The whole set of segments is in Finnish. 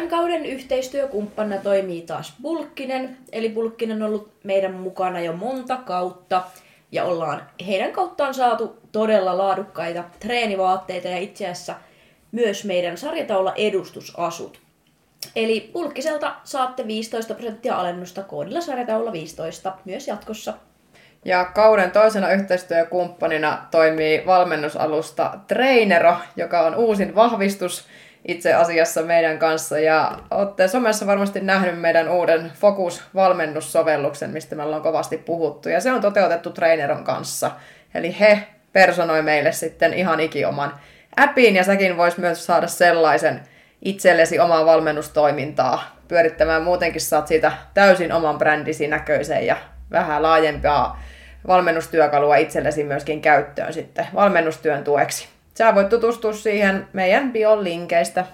tämän kauden yhteistyökumppanina toimii taas Bulkkinen. Eli Bulkkinen on ollut meidän mukana jo monta kautta. Ja ollaan heidän kauttaan saatu todella laadukkaita treenivaatteita ja itse asiassa myös meidän sarjataula edustusasut. Eli Bulkkiselta saatte 15% alennusta koodilla sarjataula 15 myös jatkossa. Ja kauden toisena yhteistyökumppanina toimii valmennusalusta Trainero, joka on uusin vahvistus itse asiassa meidän kanssa. Ja olette somessa varmasti nähnyt meidän uuden Focus-valmennussovelluksen, mistä me ollaan kovasti puhuttu. Ja se on toteutettu Traineron kanssa. Eli he personoi meille sitten ihan ikioman appin, ja säkin vois myös saada sellaisen itsellesi omaa valmennustoimintaa pyörittämään. Muutenkin saat siitä täysin oman brändisi näköisen ja vähän laajempaa valmennustyökalua itsellesi myöskin käyttöön sitten valmennustyön tueksi. Sä voit tutustua siihen meidän bion linkeistä.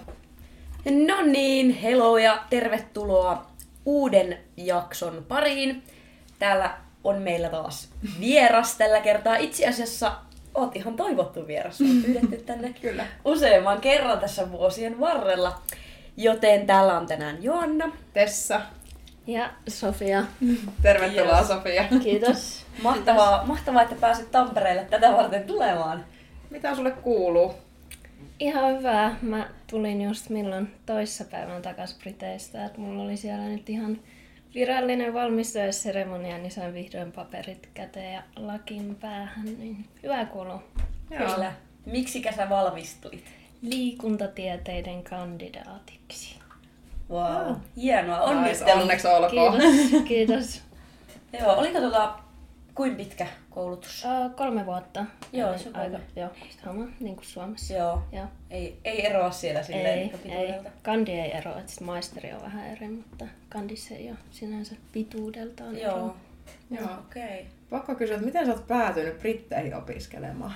No niin, hello ja tervetuloa uuden jakson pariin. Täällä on meillä taas vieras tällä kertaa. Itse asiassa oot ihan toivottu vieras. On pyydetty tänne Kyllä. useamman kerran tässä vuosien varrella. Joten täällä on tänään Joanna. Tessa. Ja Sofia. Tervetuloa Kiitos. Sofia. Kiitos. Mahtavaa, että pääsit Tampereelle tätä varten tulemaan. Mitä sulle kuuluu? Ihan hyvä. Mä tulin just milloin toissapäivänä takas Briteistä. Että mulla oli siellä nyt ihan virallinen valmistujaisseremonia, niin sain vihdoin paperit käteen ja lakin päähän. Niin hyvä kuuluu. Kyllä. Miksikä sä valmistuit? Liikuntatieteiden kandidaatiksi. Wow. Hienoa. Onnittelut. Onneksi olkoon. Kiitos. Kiitos. Joo, oliko kuinka pitkä koulutus? 3 vuotta. Joo, se on aika. Joo, sama niin kuin Suomessa. Joo. Joo. Ei eroa siellä silleen Ei. pituudelta. Kandi ei eroa, että sit maisteri on vähän eri, mutta kandissa ei ole sinänsä pituudeltaan eroa. Joo. Joo. Okei. Pakko kysyä, että miten sä oot päätynyt Britteihin opiskelemaan?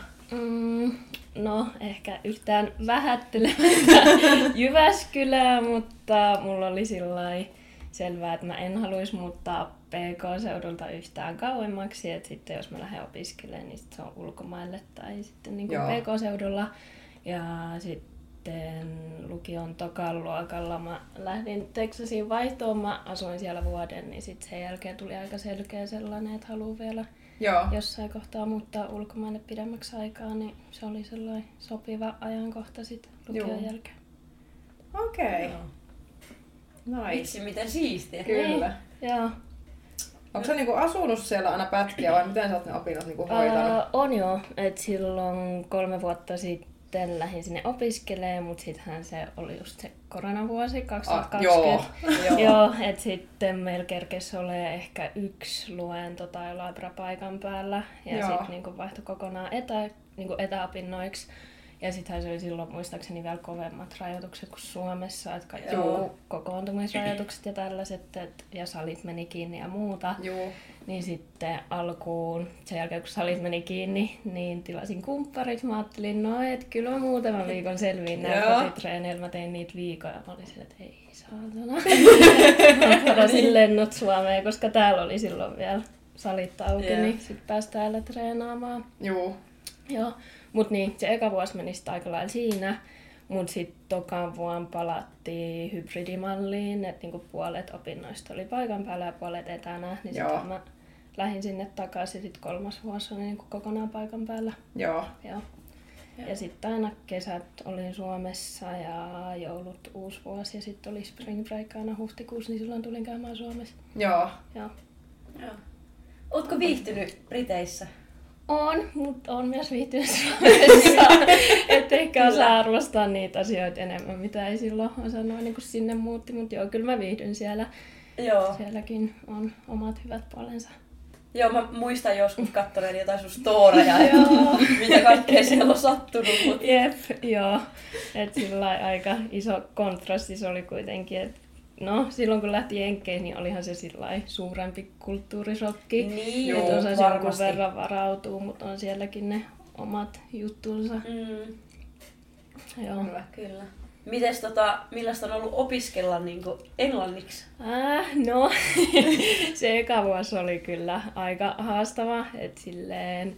No, ehkä yhtään vähättelemättä Jyväskylää, mutta mulla oli sillai selvää, että mä en haluaisi muuttaa PK-seudulta yhtään kauemmaksi, että sitten jos mä lähden opiskelemaan, niin sit se on ulkomaille tai sitten niin kuin PK-seudulla. Ja sitten lukion tokan luokalla mä lähdin Texasiin vaihtoon, mä asuin siellä vuoden, niin sitten sen jälkeen tuli aika selkeä sellainen, että haluan vielä jossain kohtaa muuttaa ulkomaille pidemmäksi aikaa, niin se oli sellainen sopiva ajankohta sitten lukion jälkeen. Okei. Nice. Vitsi, miten siistiä. Kyllä. Joo. Onko sä niinku asunut siellä aina pätkiä vai miten sä oot ne opinnot niinku hoitanut? On joo, että silloin 3 vuotta sitten lähdin sinne opiskelemaan, mutta sittenhän se oli just se koronavuosi 2020. Joo, että sitten meillä kerkesi olemaan ehkä 1 luento tai labra-paikan päällä ja sitten niinku vaihtoi kokonaan etäopinnoiksi. Ja sittenhän se oli silloin muistaakseni vielä kovemmat rajoitukset kuin Suomessa, että kaikki kokoontumisrajoitukset ja tällaiset, ja salit meni kiinni ja muuta. Joo. Niin sitten alkuun, sen jälkeen kun salit meni kiinni, niin tilasin kumppariksi. Mä ajattelin, että kyllä mä muutaman viikon selviin näin kotitreeneillä. Mä tein niitä viikoja. Mä olin silleen, että ei saatana. Mä varasin lennot Suomeen, koska täällä oli silloin vielä salit auki, niin sit pääsi täällä treenaamaan. Joo. Joo. Mut niin, se eka vuosi meni sit aika lailla siinä. Mut sit tokan vuonna palattiin hybridimalliin, että niinku puolet opinnoista oli paikan päällä ja puolet etänä. Niin sitten mä lähdin sinne takaisin, sit 3. vuosi oli niinku kokonaan paikan päällä. Joo. Ja sitten aina kesät olin Suomessa ja joulut uusi vuosi ja sitten oli spring break aina huhtikuussa, niin silloin tulin käymään Suomessa. Joo. Ootko viihtynyt Briteissä? On, mutta on myös viihtynyt Suomessa. Että ehkä osaa arvostaa niitä asioita enemmän, mitä ei silloin osannut niin kun sinne muutti. Mutta joo, kyllä mä viihdyn siellä. Joo. Sielläkin on omat hyvät puolensa. Joo, mä muistan joskus katsoneeni jotain sun storeja, mitä kaikkea siellä on sattunut. Mutta... Jep, joo. Että sillä aika iso kontrasti se oli kuitenkin, että no, silloin kun lähti Jenkkeihin, niin olihan se sillai suurempi kulttuurisokki. Niin, että osasi jonkun verran varautua, mutta on sielläkin ne omat juttunsa. Joo. Kyllä. Mites millaista on ollut opiskella niinku englanniksi? No, se eka vuosi oli kyllä aika haastava, että silleen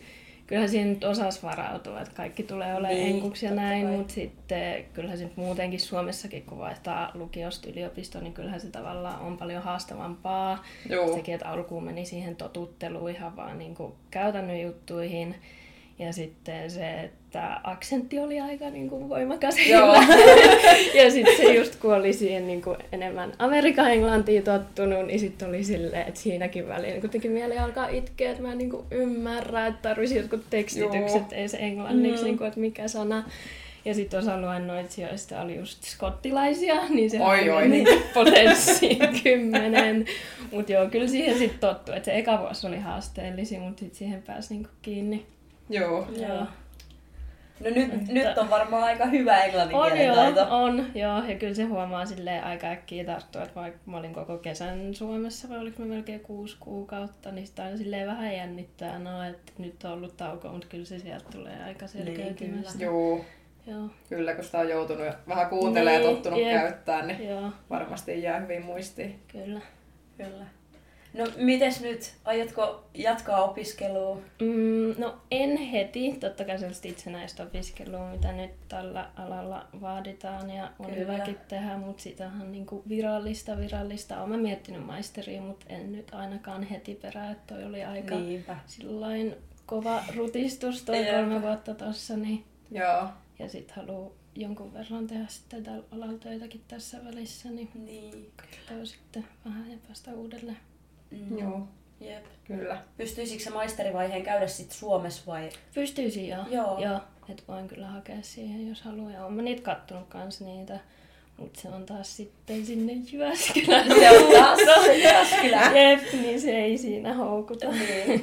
kyllähän siinä nyt osasi varautua, että kaikki tulee olemaan Niin, enkuksi ja totta näin, kai. mutta sitten kyllähän se nyt muutenkin Suomessakin, kun vaihtaa lukiosta yliopistoon, niin kyllähän se tavallaan on paljon haastavampaa. Joo. Sekin, että alkuun meni siihen totutteluun ihan vaan niin kuin käytännön juttuihin. Ja sitten se, että aksentti oli aika niin kuin voimakas. Joo. Ja sitten se just kun oli siihen niin kuin enemmän Amerikan englantiin tottunut, niin sitten oli silleen, että siinäkin väliin niin kuitenkin mieli alkaa itkeä, että mä en niin kuin ymmärrä, että tarvisi jotkut tekstitykset, ei se englanniksi, niin kuin, että mikä sana. Ja sitten osa luennoitsijoista oli just skottilaisia, niin se Oi. meni potenssiin 10. Mutta joo, kyllä siihen sitten tottui, että se eka vuosi oli haasteellisin, mutta sitten siihen pääsi niinku kiinni. Joo. Joo. No nyt on varmaan aika hyvä englannin On kielen joo, taito. on joo, ja kyllä se huomaa silleen aika äkkiä tarttua, että vaikka mä olin koko kesän Suomessa, vai oliko mä melkein 6 kuukautta, niin sitä aina silleen vähän jännittää, että nyt on ollut tauko, mutta kyllä se sieltä tulee aika selkeytymästä. Joo. Joo. Kyllä, kun sitä on joutunut vähän kuuntelemaan ja tottunut käyttää, niin Joo, varmasti jää hyvin muistiin. kyllä. Kyllä. No mites nyt? Aiotko jatkaa opiskelua? No en heti, totta kai sellaista itsenäistä opiskelua, mitä nyt tällä alalla vaaditaan ja on Kyllä. hyväkin tehdä, mutta sitähän niinku virallista. Olen mä miettinyt maisteria, mutta en nyt ainakaan heti perään, että toi oli aika Niinpä. sillain kova rutistus toi Jep. 3 vuotta tossa, niin Joo. ja sit haluu jonkun verran tehdä sitten tällä alalla töitäkin tässä välissä, niin Niin. katsoo sitten vähän ja päästä uudelleen. Joo. Jep. Kyllä. Pystyisikö sä maisterivaiheen käydä sit Suomessa vai? Pystyisin Joo. joo. Et voin kyllä hakea siihen, jos haluaa. Ja oon mä niitä kattonut kans niitä. Mut se on taas sitten sinne Jyväskylään. Se on taas se Jyväskylä. Jep, niin se ei siinä houkuta. Niin.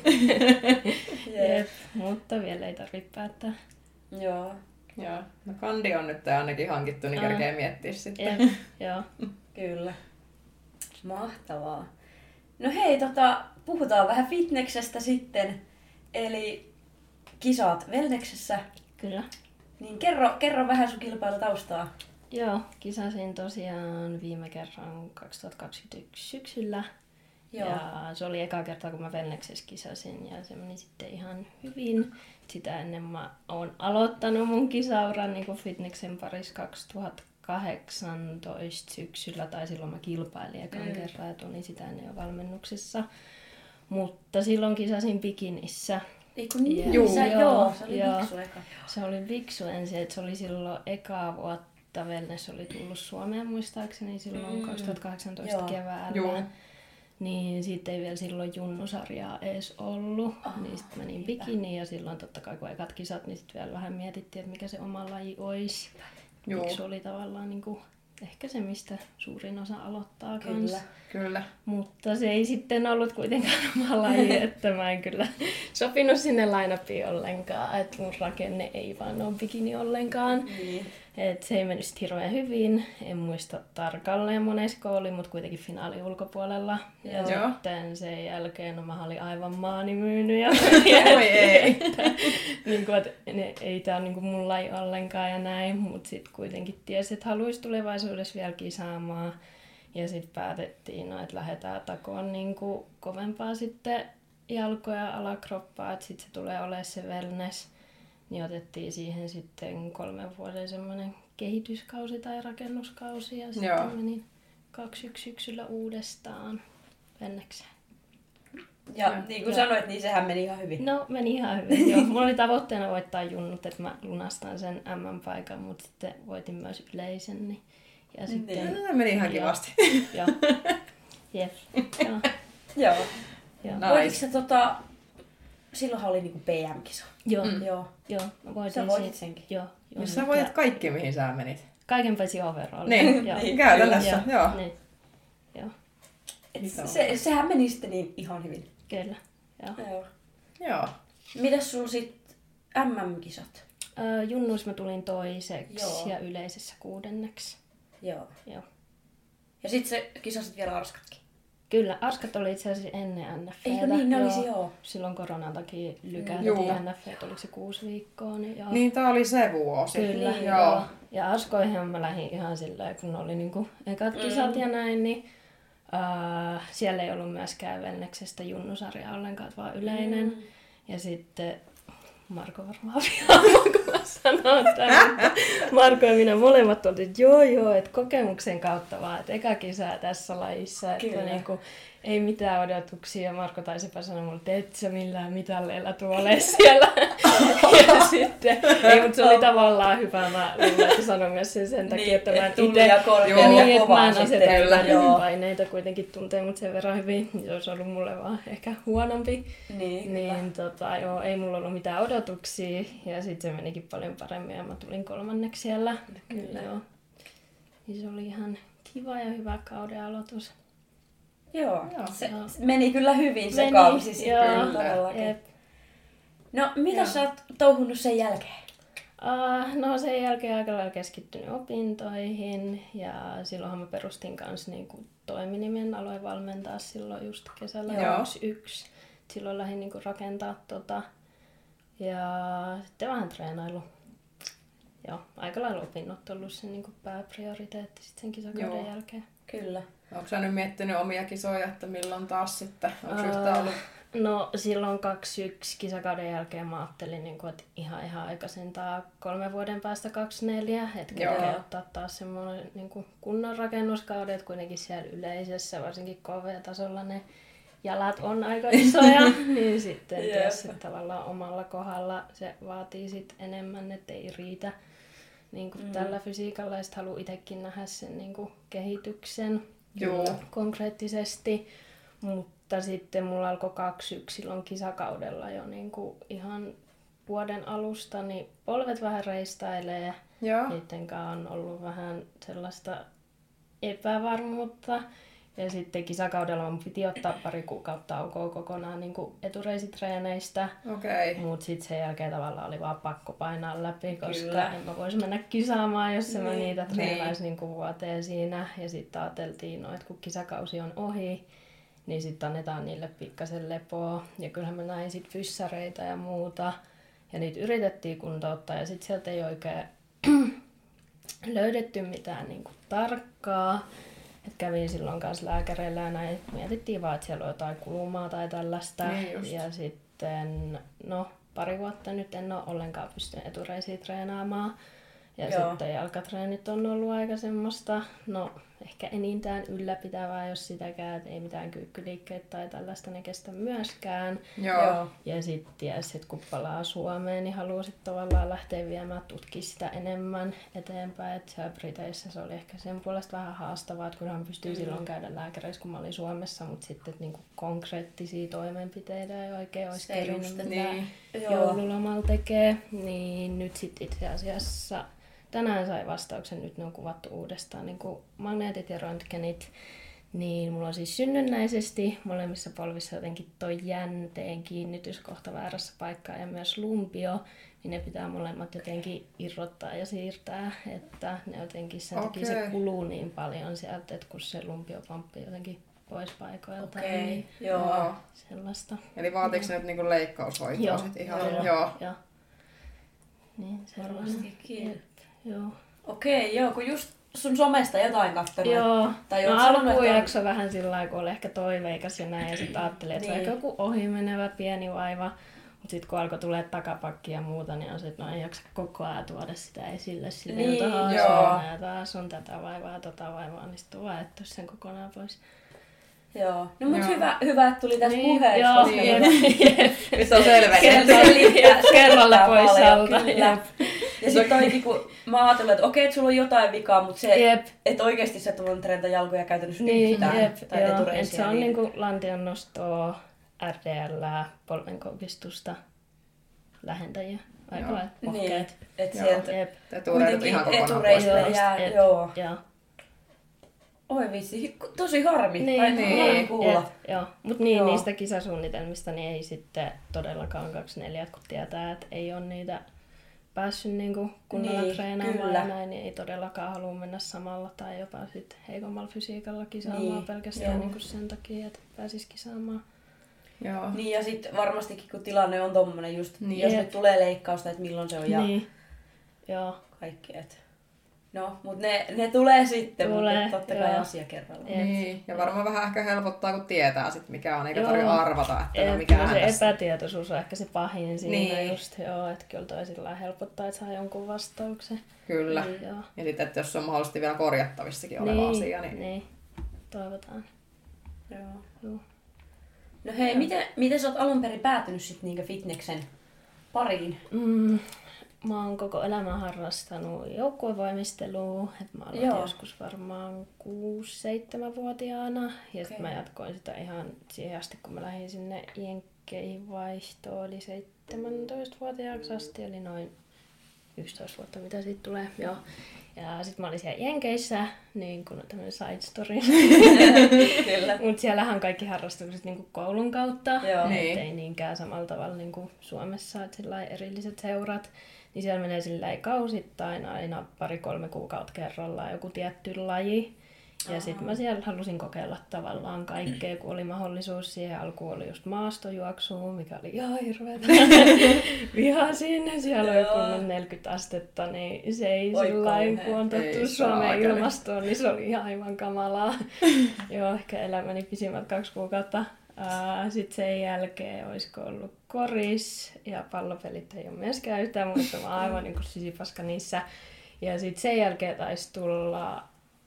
Jep, mutta vielä ei tarvitse päättää. Joo. Joo. No kandi on nyt ainakin hankittu, niin kerkee miettiä sitten. Jep, joo. Kyllä. Mahtavaa. No hei, puhutaan vähän fitneksestä sitten. Eli kisat Wellneksessä. Kyllä. Niin kerro vähän sun kilpailutaustaa. Joo, kisasin tosiaan viime kerran 2021 syksyllä. Joo. Ja se oli eka kerta, kun mä Wellneksessä kisasin ja se meni sitten ihan hyvin. Sitä ennen mä oon aloittanut mun kisauran niin kuin fitneksen parissa 2018 syksyllä, tai silloin mä kilpailin ekan kerran ja tulin sitä ennen jo valmennuksessa. Mutta silloin kisasin bikinissä. Eikö niin? Juu, Joo, se oli joo. viksu eka. Se oli viksu ensin, että se oli silloin ekaa vuotta. Wellness oli tullut Suomeen muistaakseni silloin 2018 Joo. keväällä. Joo. Niin siitä ei vielä silloin junnusarjaa edes ollut. Niin sitten menin bikiniin ja silloin totta kai kun ekat kisat, niin sitten vielä vähän mietittiin, että mikä se oma laji olisi. Joo. Viksu oli tavallaan niinku ehkä se, mistä suurin osa aloittaa Kyllä. kanssa. Kyllä. Mutta se ei sitten ollut kuitenkaan oma laji, että mä en kyllä sopinut sinne line-upiin ollenkaan, että mun rakenne ei vaan ole bikini ollenkaan. Niin. Et se ei mennyt sit hirveän hyvin, en muista tarkalleen monesko oli, mutta kuitenkin finaali ulkopuolella. Ja Joo. sitten sen jälkeen no, mä olin aivan maani myynyt ja Oi ei. että, niin kuin, että ei tää ole niin kuin mun laji ollenkaan ja näin, mutta sitten kuitenkin tiesi, että haluaisi tulevaisuudessa vielä kisaamaan. Ja sitten päätettiin, että lähdetään takoon niin kuin kovempaa sitten jalkoja ja alakroppaa, että sitten se tulee olemaan se wellness. Niin otettiin siihen sitten 3 vuoden semmoinen kehityskausi tai rakennuskausi ja sitten Joo. menin 2 syksyllä uudestaan Vennekseen. Ja niin kuin sanoit, niin sehän meni ihan hyvin. No meni ihan hyvin. Joo. Mulla oli tavoitteena voittaa junnut, että mä lunastan sen MM-paikan, mutta sitten voitin myös yleisen. Niin. Ja sitten, Tämä meni ihan kivasti. Joo. Jep. Joo. Joo. Joo. No. Voititko sä silloinhan oli niinku PM-kisa. Joo. Joo. Joo. Mä voitin Sä voitit siitä. senkin. Joo. Ja sä voitit kaikki, mihin sä menit. Kaiken paitsi overall. Niin, Joo. niin. käytännössä, joo. Niin. Joo. Et Mitä on? sehän meni sitten niin ihan hyvin. Kyllä. Joo. Joo. Joo. Mitäs sulla sit MM-kisat? Junnuissa mä tulin toiseksi Joo. ja yleisessä 6. Joo. Joo. Ja sit sä kisasit vielä arskatkin. Kyllä, arskat oli itse asiassa ennen NF:tä. Eikö niin, ne olisi joo. Silloin koronan takia Joo. lykättiin NF, oliko se 6 viikkoa, niin joo. Niin tää oli se vuosi. Kyllä, Niin, joo. Ja arskoihin mä lähdin ihan silleen, kun ne oli niinku ekat kisat ja näin, niin siellä ei ollut myöskään Wellneksestä junnusarjaa ollenkaan, vaan yleinen. Ja sitten Marko varmaan vihaa, kun mä sanon tämän. Mutta Marko ja minä molemmat oltiin, että joo, että kokemuksen kautta vaan, että eka kisa tässä lajissa, että niinku, ei mitään odotuksia. Marko taisipa sanoa mulle, että et sä millään mitalleilla tuolle siellä. Ja sitten, ei, mutta se oli tavallaan hyvä. Mä luulen, että sanon myös sen takia, että mä en itse... Niin, että mä en aseta paineita kuitenkin tuntee, mutta sen verran hyvin. Se olisi ollut mulle vaan ehkä huonompi. Niin joo, ei mulla ollut mitään odotuksia. Ja sitten se menikin paljon paremmin ja mä tulin 3. siellä. Kyllä. Joo. Ja se oli ihan kiva ja hyvä kauden aloitus. Joo, se meni kyllä hyvin se kausi sitten todellakin. No, mitä sä oot touhunut sen jälkeen? No sen jälkeen aika lailla keskittynyt opintoihin ja silloinhan mä perustin kanssa niin toiminimen, aloin valmentaa silloin just kesällä 2021. Silloin lähdin niin rakentaa ja sitten vähän treenailu. Joo, aika lailla opinnot ollut se niin pääprioriteetti sitten sen kisakauden jälkeen. Kyllä. Onko sä nyt miettinyt omia kisoja, että milloin taas sitten? Onko yhtään ollut? No silloin 21 kisakauden jälkeen mä ajattelin, että ihan aikaisintaan 3 vuoden päästä 24, että kerkeä ottaa taas semmoinen kunnon rakennuskauden, että kuitenkin siellä yleisessä, varsinkin KV-tasolla ne jalat on aika isoja, niin sitten tietysti tavallaan omalla kohdalla se vaatii sit enemmän, ettei riitä tällä fysiikalla, ja sitten haluan itsekin nähdä sen kehityksen konkreettisesti, mutta sitten mulla alkoi 21 silloin kisakaudella jo ihan vuoden alusta, niin polvet vähän reistailee, niittenkaan on ollut vähän sellaista epävarmuutta. Ja sitten kisakaudella mun piti ottaa pari kuukautta taukoa kokonaan etureisitreeneistä. Mutta sitten sen jälkeen tavallaan oli vaan pakko painaa läpi, koska en mä voisi mennä kisaamaan, jos mä niitä treenaisi vuoteen siinä. Ja sitten ajateltiin, että kun kisakausi on ohi, niin sitten annetaan niille pikkasen lepoa. Ja kyllähän mä näin sitten fyssareita ja muuta. Ja niitä yritettiin kuntouttaa ja sitten sieltä ei oikein löydetty mitään tarkkaa. Et kävin silloin kanssa lääkäreillä ja näin. Mietittiin vaan, että siellä on jotain kulumaa tai tällaista. Ja sitten, pari vuotta nyt en ole ollenkaan pystynyt etureisiä treenaamaan. Ja sitten jalkatreenit on ollut aika semmoista, ehkä enintään ylläpitävää, jos sitäkään, että ei mitään kyykkyliikkeitä tai tällaista ne kestä myöskään. Ja sitten ties, että kun palaa Suomeen, niin haluaa sitten tavallaan lähteä viemään tutkia sitä enemmän eteenpäin. Että siellä Briteissä se oli ehkä sen puolesta vähän haastavaa, että kunhan pystyy silloin käydä lääkäreissä, kun mä olin Suomessa, mutta sitten konkreettisia toimenpiteitä ei oikein olisi kerinyt, mitä joululomalla tekee. Niin nyt sitten itse asiassa tänään sai vastauksen, nyt ne on kuvattu uudestaan magneetit ja röntgenit. Niin mulla on siis synnynnäisesti molemmissa polvissa jotenkin toi jänteen kiinnityskohta väärässä paikkaa ja myös lumpio. Niin ne pitää molemmat jotenkin irrottaa ja siirtää, että ne jotenkin sen takia se kuluu niin paljon sieltä, että kun se lumpio pomppii jotenkin pois paikoilta. Niin sellaista. Eli vaatiiko se nyt leikkaushoitoa sitten ihan? Joo. Niin sellaista. Joo, kun just sun somesta jotain katsonut. Joo, tai alkuun jakso vähän sillä lailla, kun oli ehkä toiveikas ja näin, ja sitten ajattelin, että se on joku ohimenevä pieni vaiva. Mutta sitten kun alkoi tulee takapakki ja muuta, niin on se, että ei jaksa koko ajan tuoda sitä esille. Ja taas on tätä vaivaa, niin sitten on vaettu sen kokonaan pois. Joo, no mut hyvä, että tuli tässä puheessa. Nyt on selvä. Kerralla pois alta. Ja sit toikin, kun mä ajattelin, että okei, että sulla on jotain vikaa, mutta se, että oikeesti sä et ole treenata jalkoja käytännössä yhtään. Tai etureisiä. Se on niinku lantion nostoa, RDL, polvenkokistusta, lähentäjiä. Aika ohkeet. Että sieltä kuitenkin etureista jää. Oi vitsi, tosi harmi. Niin. Kuulla. Mutta niistä kisasuunnitelmista niin ei sitten todellakaan 24, kun tietää, että ei ole niitä päässyt kunnolla treenaamaan ja näin, niin ei todellakaan halua mennä samalla tai jopa sitten heikommalla fysiikalla kisaamaan pelkästään sen takia, että pääsisi kisaamaan. Joo. Niin ja sitten varmastikin kun tilanne on tommonen just, jos nyt tulee leikkausta, että milloin se on ja kaikki. No, mutta ne tulee sitten, Tulee, mutta totta kai asia kerrallaan. Niin, ja varmaan vähän ehkä helpottaa, kun tietää sit mikä on, eikä tarvitse arvata, että no mikä mikä se tässä. epätietoisuus on ehkä se pahin siinä Niin. just, että kyllä toi sillä helpottaa, että saa jonkun vastauksen. Kyllä. Joo. Ja sitten, että jos se on mahdollisesti vielä korjattavissakin oleva asia, niin... Toivotaan. Joo. No hei, miten sä oot alun perin päätynyt sit niinkö fitneksen pariin? Mä oon koko elämän harrastanut joukkuevoimistelua. Mä aloitin joskus varmaan 6-7-vuotiaana. Ja sitten mä jatkoin sitä ihan siihen asti, kun mä lähdin sinne Jenkkeihin vaihtoon. Eli 17-vuotiaaksi asti, eli noin 11 vuotta, mitä siitä tulee. Joo. Ja sitten mä olin siellä Jenkeissä, niin kuin tämmöinen side story. Mutta siellähän kaikki harrastukset niin kuin koulun kautta. Niin. Ei niinkään samalla tavalla niin kuin Suomessa, että sillä erilliset seurat. Niin siellä menee sillä kausittain aina 2-3 kuukautta kerrallaan joku tietty laji. Ja sitten mä siellä halusin kokeilla tavallaan kaikkea, kun oli mahdollisuus. Siihen alkuun oli just maastojuoksua, mikä oli ihan hirveetä. Vihasin. Siellä oli kunnon 40 astetta, niin se ei sillain, kun on tottu Suomen ilmastoon, niin se oli aivan kamalaa. Joo, ehkä elämäni pisimmät 2 kuukautta. Sitten sen jälkeen olisiko ollut koris ja pallopelit ei ole myöskään yhtään, mutta mä aivan niin kuin sisipaska niissä. Ja sitten sen jälkeen taisi tulla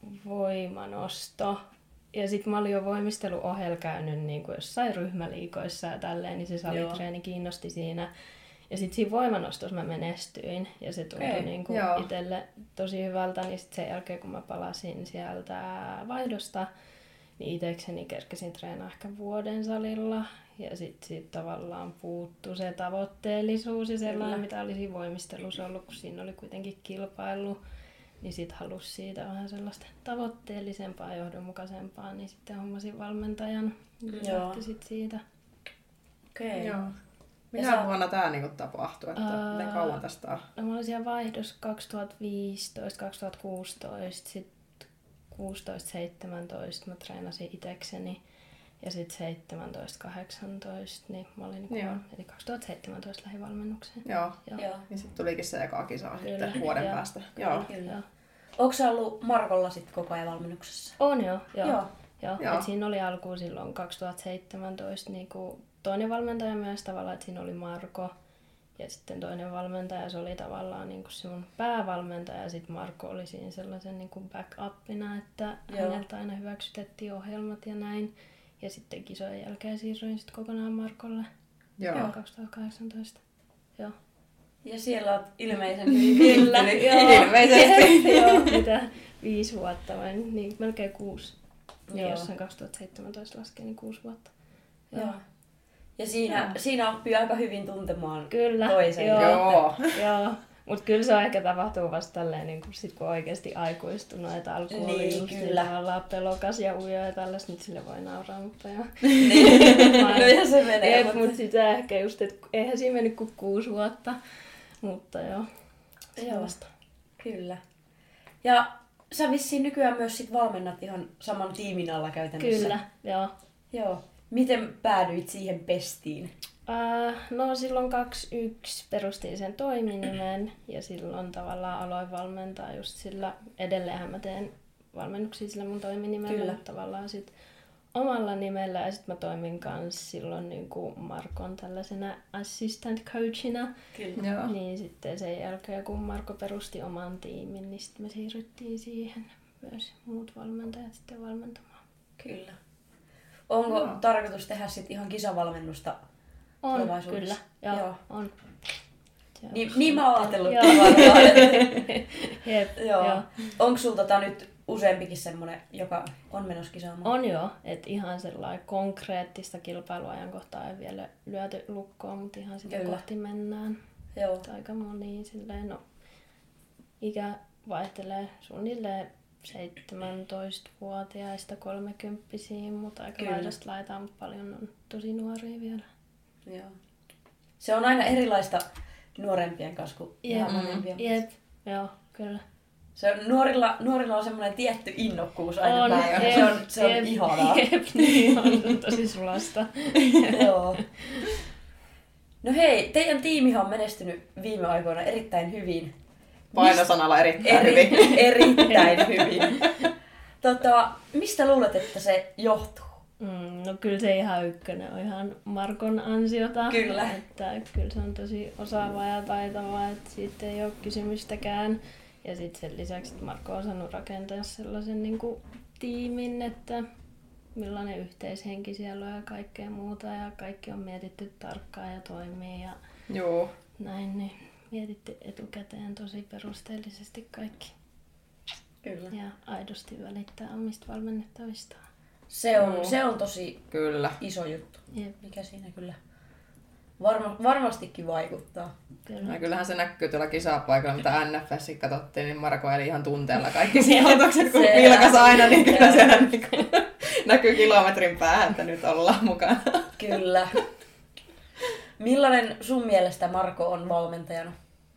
voimanosto. Ja sitten mä olin jo voimistelun ohella käynyt niin kuin jossain ryhmäliikoissa ja tälleen, niin se salitreeni kiinnosti siinä. Ja sitten siinä voimanostossa mä menestyin ja se tuntui niin kuin itselle tosi hyvältä. Niin sitten sen jälkeen kun mä palasin sieltä vaihdosta, niin itsekseni kerkesin treenaa ehkä vuoden salilla. Ja sitten tavallaan puuttui se tavoitteellisuus ja sellainen, mitä oli siinä voimistelussa ollut, kun siinä oli kuitenkin kilpailu. Niin sitten halusi siitä vähän sellaista tavoitteellisempaa ja johdonmukaisempaa, niin sitten hommasin valmentajan. Ja lähti sitten siitä. Okei. Joo. Minä vuonna tämä niinku tapahtui? Että miten kauan tästä on? No, mä olin siellä vaihdossa 2015-2016. Sitten 16-17 mä treenasin itekseni. Ja sitten 17-18, niin mä olin eli 2017 lähdin valmennukseen. Joo. Ja sitten tulikin se eka kisa sitten vuoden päästä. Kyllä. Onko sä ollut Markolla sitten koko ajan valmennuksessa? On joo. Et siinä oli alkuun silloin 2017 niin kuin toinen valmentaja myös tavallaan, että siinä oli Marko. Ja sitten toinen valmentaja, se oli tavallaan niin kuin se mun päävalmentaja, ja sitten Marko oli siinä sellaisen niin kuin backupina, että häneltä aina hyväksytettiin ohjelmat ja näin. Ja sitten kisojen jälkeen siirryin sitten kokonaan Markolle 2018. Joo. Ja siellä olet ilmeisen hyvin viihtynyt. Ilmeisesti. Joo, mitä 5 vuotta vai niin melkein 6. Niin jossain 2017 laskee, niin 6 vuotta. Joo. Ja siinä oppii aika hyvin tuntemaan kyllä, toisen. Joo. Mutta kyllä se on ehkä tapahtuu vasta tälleen, niin kun, kun oikeasti aikuistunut, että alkuun oli just tavallaan pelokas ja ujo ja tällaista, nyt sille voi nauraa, mutta joo. No ja se menee. Mutta sitä ehkä just, että eihän siinä mennyt kuin 6 vuotta, mutta joo. Kyllä. Ja sä vissiin nykyään myös sit valmennat ihan saman tiimin alla käytännössä. Kyllä, Joo. Miten päädyit siihen pestiin? No silloin 2021 perustin sen toiminimen ja silloin tavallaan aloin valmentaa just sillä, edelleenhän mä teen valmennuksia sillä mun toiminimellä, tavallaan sit omalla nimellä ja sitten mä toimin kans silloin niin kuin Markon tällaisena assistant coachina. Kyllä. Niin sitten sen jälkeen kun Marko perusti oman tiimin, niin sitten me siirryttiin siihen myös muut valmentajat sitten valmentamaan. Kyllä. Onko tarkoitus tehdä sitten ihan kisavalmennusta? On, kyllä. Joo. On. Niin mä oon ajatellut Joo. Onko sulla nyt useampikin semmonen, joka on menossa kisaamaan? On joo, että ihan sellainen konkreettista kilpailuajankohtaa ei vielä lyöty lukkoon, mutta ihan sitä kohti mennään. Joo. Aika moni silleen, ikä vaihtelee suunnilleen 17-vuotiaista 30-vuotiaisiin, mutta aika laidasta laitaan, mutta paljon on tosi nuoria vielä. Joo. Se on aina erilaista nuorempien kanssa kuin ihan vanhempien. Jep, joo, kyllä. Se on, nuorilla on semmoinen tietty innokkuus aina päivänä. Se on ihanaa. Jep, niin on tosi sulasta. Joo. No hei, teidän tiimihan on menestynyt viime aikoina erittäin hyvin. painosanalla erittäin hyvin. Erittäin hyvin. Mistä luulet, että se johtuu? No kyllä se ihan ykkönen on ihan Markon ansiota. Kyllä. Että kyllä se on tosi osaava ja taitava, että siitä ei ole kysymystäkään. Ja sitten sen lisäksi, että Marko on osannut rakentaa sellaisen niin kuin tiimin, että millainen yhteishenki siellä on ja kaikkea muuta. Ja kaikki on mietitty tarkkaan ja toimii ja Joo. näin, niin mietitty etukäteen tosi perusteellisesti kaikki. Kyllä. Ja aidosti välittää omista valmennettavistaan. Se on tosi Kyllä. iso juttu, Jep. mikä siinä kyllä varmastikin vaikuttaa. Kyllä. Ja kyllähän se näkyy tuolla kisapaikalla, mitä NFS katsottiin, niin Marko eli ihan tunteella kaikki sijoitukset, kun vilkas aina, niin kyllä siellä näkyy kilometrin päähän, että nyt ollaan mukana. Kyllä. Millainen sun mielestä Marko on valmentajana?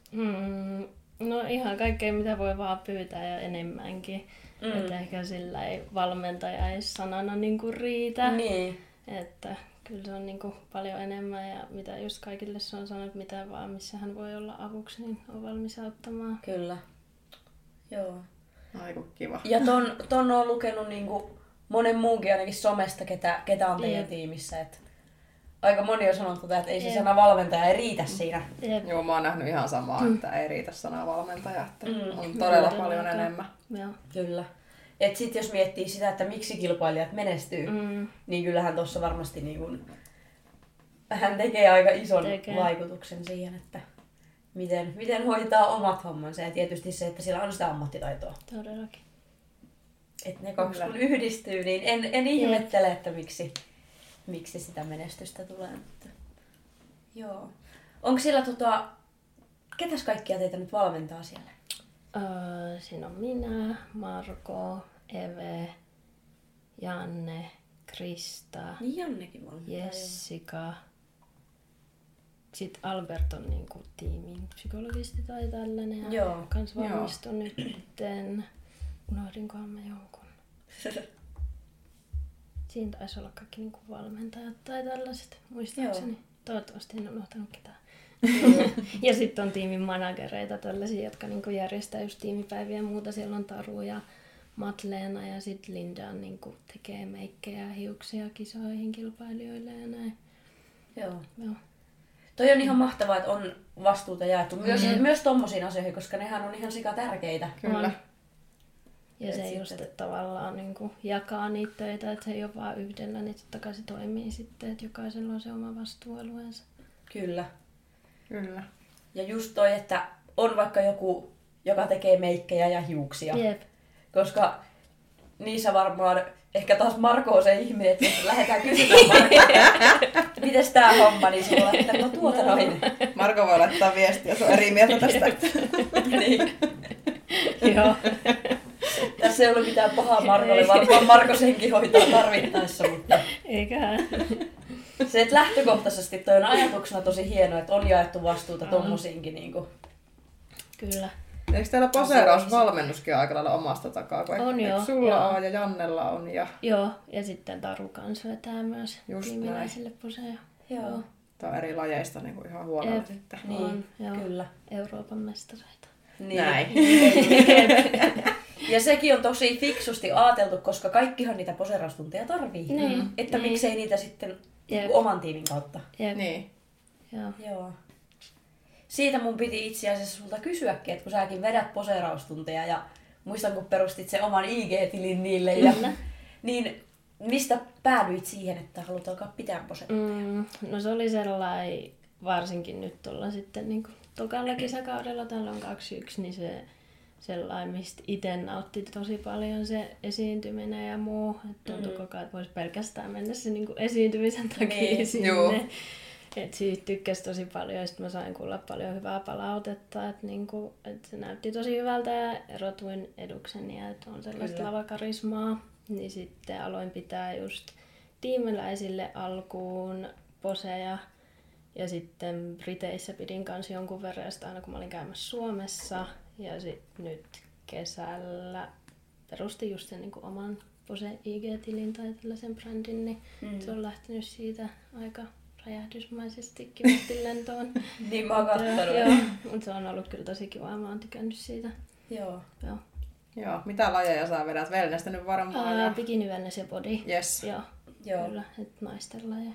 No ihan kaikkea, mitä voi vaan pyytää ja enemmänkin. Että ehkä sillä ei valmentaja ei sanana niinku riitä. Niin. Että kyllä se on niinku paljon enemmän ja mitä just kaikille se on sanonut, mitä vaan, missä hän voi olla avuksi, niin on valmis auttamaan. Kyllä. Joo. Aiku kiva. Ja ton on lukenut niinku monen muunkin ainakin somesta, ketä on teidän tiimissä. Et aika moni on sanonut, että ei se sana valmentaja ei riitä siinä. Joo, mä oon nähnyt ihan samaa, että ei riitä sanaa valmentaja, että on todella paljon enemmän. Joo. Kyllä. Et sit jos miettii sitä, että miksi kilpailijat menestyy, niin kyllähän tuossa varmasti niin kun, hän tekee aika ison vaikutuksen siihen, että miten hoitaa omat hommansa. Ja tietysti se, että siellä on sitä ammattitaitoa. Todellakin. Että ne kaksi kun yhdistyy, niin en ihmettele, että miksi sitä menestystä tulee. Mutta, joo. Onko siellä ketäs kaikkia teitä nyt valmentaa siellä? Siinä on minä, Marko, Eve, Janne, Krista, Niin Jannekin valmentaa. Jessica. Sitten Albert on niinku tiimin psykologisti tai tällainen. Joo. Kans valmistui nytten. Unohdinkohan mä jonkun. Siinä taisi olla kaikki niinku valmentajat tai tällaiset, muistaakseni. Joo. Toivottavasti en unohtanut ketään. Ja sitten on tiimin managereita tällaisia, jotka niinku järjestää just tiimipäiviä ja muuta. Siellä on Taru ja Matleena ja sitten Linda niinku tekee meikkejä ja hiuksia kisoihin kilpailijoille ja näin. Joo. Toi on ihan mahtavaa, että on vastuuta jaettu myös tommosiin asioihin, koska nehän on ihan sika tärkeitä. Kyllä. Ja se just, että tavallaan niinku jakaa niitä töitä, että se ei ole vaan yhdellä, niin totta kai se toimii sitten, että jokaisella on se oma vastuualueensa. Kyllä. Kyllä. Ja just toi, että on vaikka joku, joka tekee meikkejä ja hiuksia. Jep. Koska niissä varmaan ehkä taas Marko on se ihminen, että jos lähdetään kysymään Markoa, mites tää homma, niin sinulla että no tuota noin. Marko voi laittaa viestiä, jos on eri mieltä tästä. Niin. Joo. Tässä ei ollut mitään pahaa Markolle, vaan Marko senkin hoitaa tarvittaessa. Mutta Eiköhän. se, että lähtökohtaisesti toi on ajatuksena tosi hienoa, että on jaettu vastuuta tommosiinkin. Niin kuin. Kyllä. Eikö teillä poseerausvalmennuskin aika lailla omasta takaa? On joo. Sulla on ja Jannella on. Joo, ja sitten Taru kanssa vetää myös Just tiimiläisille poseja. Joo. Tämä on eri lajeista niin kuin ihan huolella sitten. Niin, On, joo. kyllä. Euroopan mestareita. Niin. Näin. Ja sekin on tosi fiksusti ajateltu, koska kaikkihan niitä poseeraustunteja tarvii. Niin. Että niin. miksei niitä sitten Jep. oman tiimin kautta. Jep. Niin. Joo. Joo. Siitä mun piti itse asiassa sulta kysyäkin, että kun säkin vedät poseeraustunteja ja muistan kun perustit sen oman IG-tilin niille. Ja, niin mistä päädyit siihen, että haluat alkaa pitää posetta? No se oli sellainen, varsinkin nyt tuolla sitten niin kuin tokalla kesäkaudella, täällä on 21, niin se sellainen, mistä itse nautti tosi paljon se esiintyminen ja muu. Että tuntui koko ajan, että voisi pelkästään mennä se niin kuin esiintymisen takia sinne. Joo. Et siitä tykkäsi tosi paljon ja sitten mä sain kuulla paljon hyvää palautetta, että niinku, et se näytti tosi hyvältä ja erotuin edukseni ja että on sellaista lavakarismaa. Niin sitten aloin pitää just tiimiläisille alkuun poseja ja sitten Briteissä pidin kanssa jonkun verran ja aina kun mä olin käymässä Suomessa ja sitten nyt kesällä perustin just sen niinku oman pose IG-tilin tai tällaisen brändin, niin se on lähtenyt siitä aika räjähdysmäisesti kivasti lentoon. Niin mä oon kattonut. Joo, mutta se on ollut kyllä tosi kiva, mä oon tykännyt siitä. Joo. Joo, mitä lajeja sä vedät? Wellnessä nyt varmaan. Bikini, wellness ja body. Yes. Joo. Kyllä, että naisten lajeja.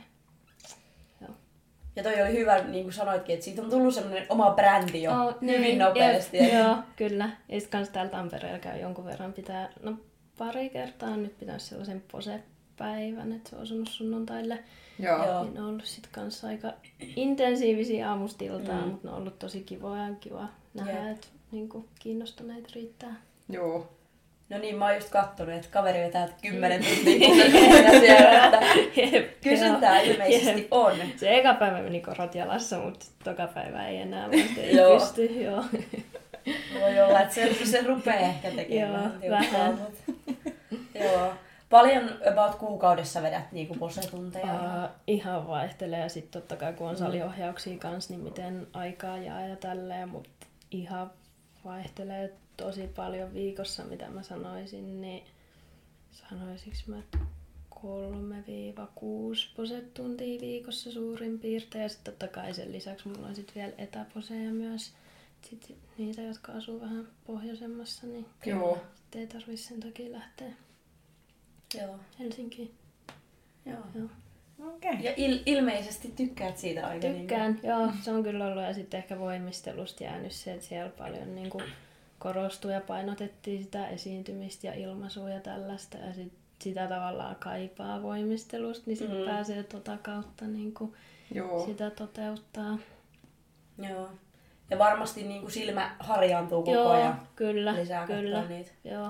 Ja toi oli hyvä, niin kuin sanoitkin, että siitä on tullut semmoinen oma brändi jo hyvin nopeasti. Joo, kyllä. Ja sitten kans täällä Tampereella käy jonkun verran pari kertaa nyt pitäisi sellaisen posepäivän, että se on osunut sunnuntaille. Joo. Niin on ollut sit kanssa aika intensiivisiä aamustiltaan, mutta ne on ollut tosi kivoja ja kiva nähdä, että niinku kiinnostuneita riittää. Joo. No niin, mä oon just kattonut, että kaveri vetää 10 tuntia siellä, että kysyntää ilmeisesti on. Se eka päivä meni korot jalassa, mutta toka päivä ei enää, mutta ei pysty. Joo. Voi olla, että se rupeaa ehkä tekemään. Joo, vähän. Joo. Paljon about kuukaudessa vedät niinku posetunteja? Ihan vaihtelee ja sitten totta kai kun on saliohjauksia kanssa, niin miten aikaa jää ja tälleen, mutta ihan vaihtelee tosi paljon viikossa, mitä mä sanoisin, niin sanoisinko mä 3-6 posetuntia viikossa suurin piirtein. Ja sitten totta kai sen lisäksi mulla on sit vielä etäposeja myös. Sitten niitä, jotka asuu vähän pohjoisemmassa, niin sitten ei tarvitse sen takia lähteä Helsinkiin. Joo. Okay. Ja ilmeisesti tykkäät siitä aika Tykkään, joo. Se on kyllä ollut. Ja sitten ehkä voimistelusta jäänyt se, että siellä paljon niinku korostui ja painotettiin sitä esiintymistä ja ilmaisua ja tällaista. Ja sitä tavallaan kaipaa voimistelusta, niin sitten pääsee tota kautta niinku sitä toteuttaa. Joo. Ja varmasti niinku silmä harjaantuu koko ajan. Kyllä, lisää kyllä. Niitä. Joo.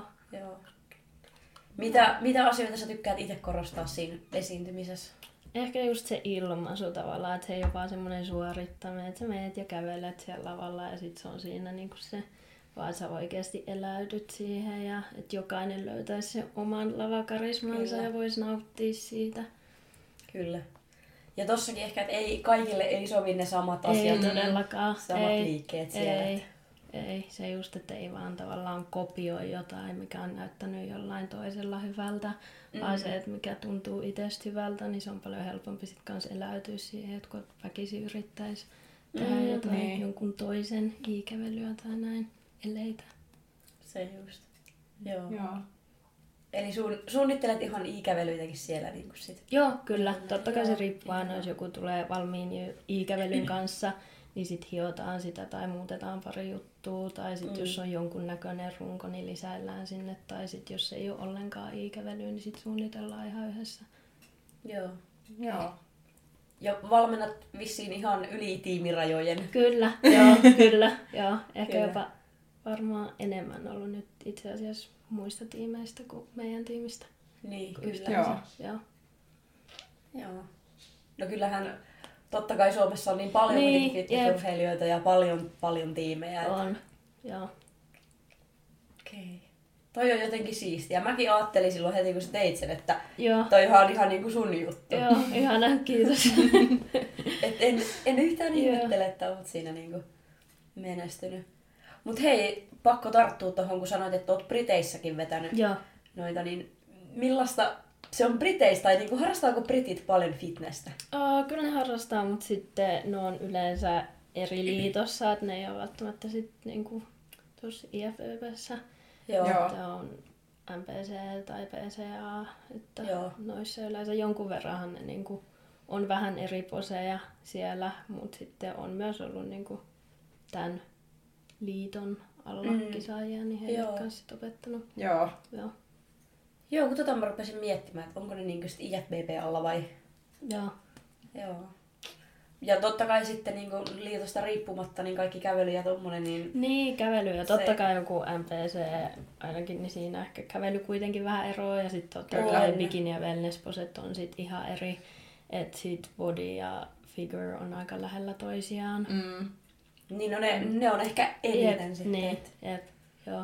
Mitä asioita sä tykkäät itse korostaa siinä esiintymisessä? Ehkä just se ilmaisu tavallaan, että se ei ole vaan semmoinen suorittaminen, että sä menet ja kävelet siellä lavalla ja sit se on siinä niinku se, vaan sä oikeasti eläydyt siihen ja että jokainen löytäisi sen oman lavakarismansa ja voisi nauttia siitä. Kyllä. Ja tossakin ehkä, että kaikille ei sovi ne samat asiat. Ei todellakaan. Samat liikkeet siellä. Ei, se just, että ei vaan tavallaan kopioi jotain, mikä on näyttänyt jollain toisella hyvältä, vaan se, että mikä tuntuu itsestä hyvältä, niin se on paljon helpompi sit kans eläytyä siihen, että kun väkisin yrittäisi tehdä jotain jonkun toisen iikävelyä tai näin, eleitä. Se just. Joo. Eli suunnittelet ihan iikävelyitäkin siellä niin kuin sit? Joo, kyllä. Totta kai se riippuu aina, jos joku tulee valmiin iikävelyn kanssa, niin sit hiotaan sitä tai muutetaan pari juttua. Tai sit jos on jonkun näköinen runko, niin lisäillään sinne. Tai sit jos ei ole ollenkaan iikävelyä, niin sit suunnitellaan ihan yhdessä. Joo. Ja valmennat vissiin ihan yli tiimirajojen. Kyllä, joo. Ehkä jopa varmaan enemmän ollut nyt itse asiassa muista tiimeistä kuin meidän tiimistä. Niin, kyllä. Joo. No kyllähän totta kai Suomessa on niin paljon fitnessurheilijoita ja paljon tiimejä. On, joo. Okei. Toi on jotenkin siistiä. Mäkin ajattelin silloin heti, kun sä teit sen, että Joo. toi on ihan niinku sun juttu. Joo, ihana, kiitos. Et en yhtään ihmettele, että oot siinä niinku menestynyt. Mut hei, pakko tarttua tohon, kun sanoit, että oot Briteissäkin vetänyt noita, niin millaista se on Briteistä, tai niinku harrastaako britit paljon fitnessä? Kyllä ne harrastaa, mutta sitten ne on yleensä eri liitossa, että ne ei ole välttämättä sit niinku tuossa IFBB:ssä. Että on MPC tai PCA, että noissa yleensä jonkun verranhan ne niinku on vähän eri poseja siellä, mutta sitten on myös ollut niinku tämän liiton alla kisaajia, niin heille kanssa sit opettanut. Joo, kun mä rupesin miettimään, että onko ne niinku sit IFBB alla vai? Joo. Ja totta kai sitten niinku liitosta riippumatta niin kaikki kävely ja tommonen niin... Niin, kävely ja totta kai joku MPC ainakin, niin siinä ehkä kävely kuitenkin vähän eroa ja sitten totta kai bikini ja wellness poset on sit ihan eri. Että sit body ja figure on aika lähellä toisiaan. Niin no ne on ehkä eniten sitten. Niin, joo.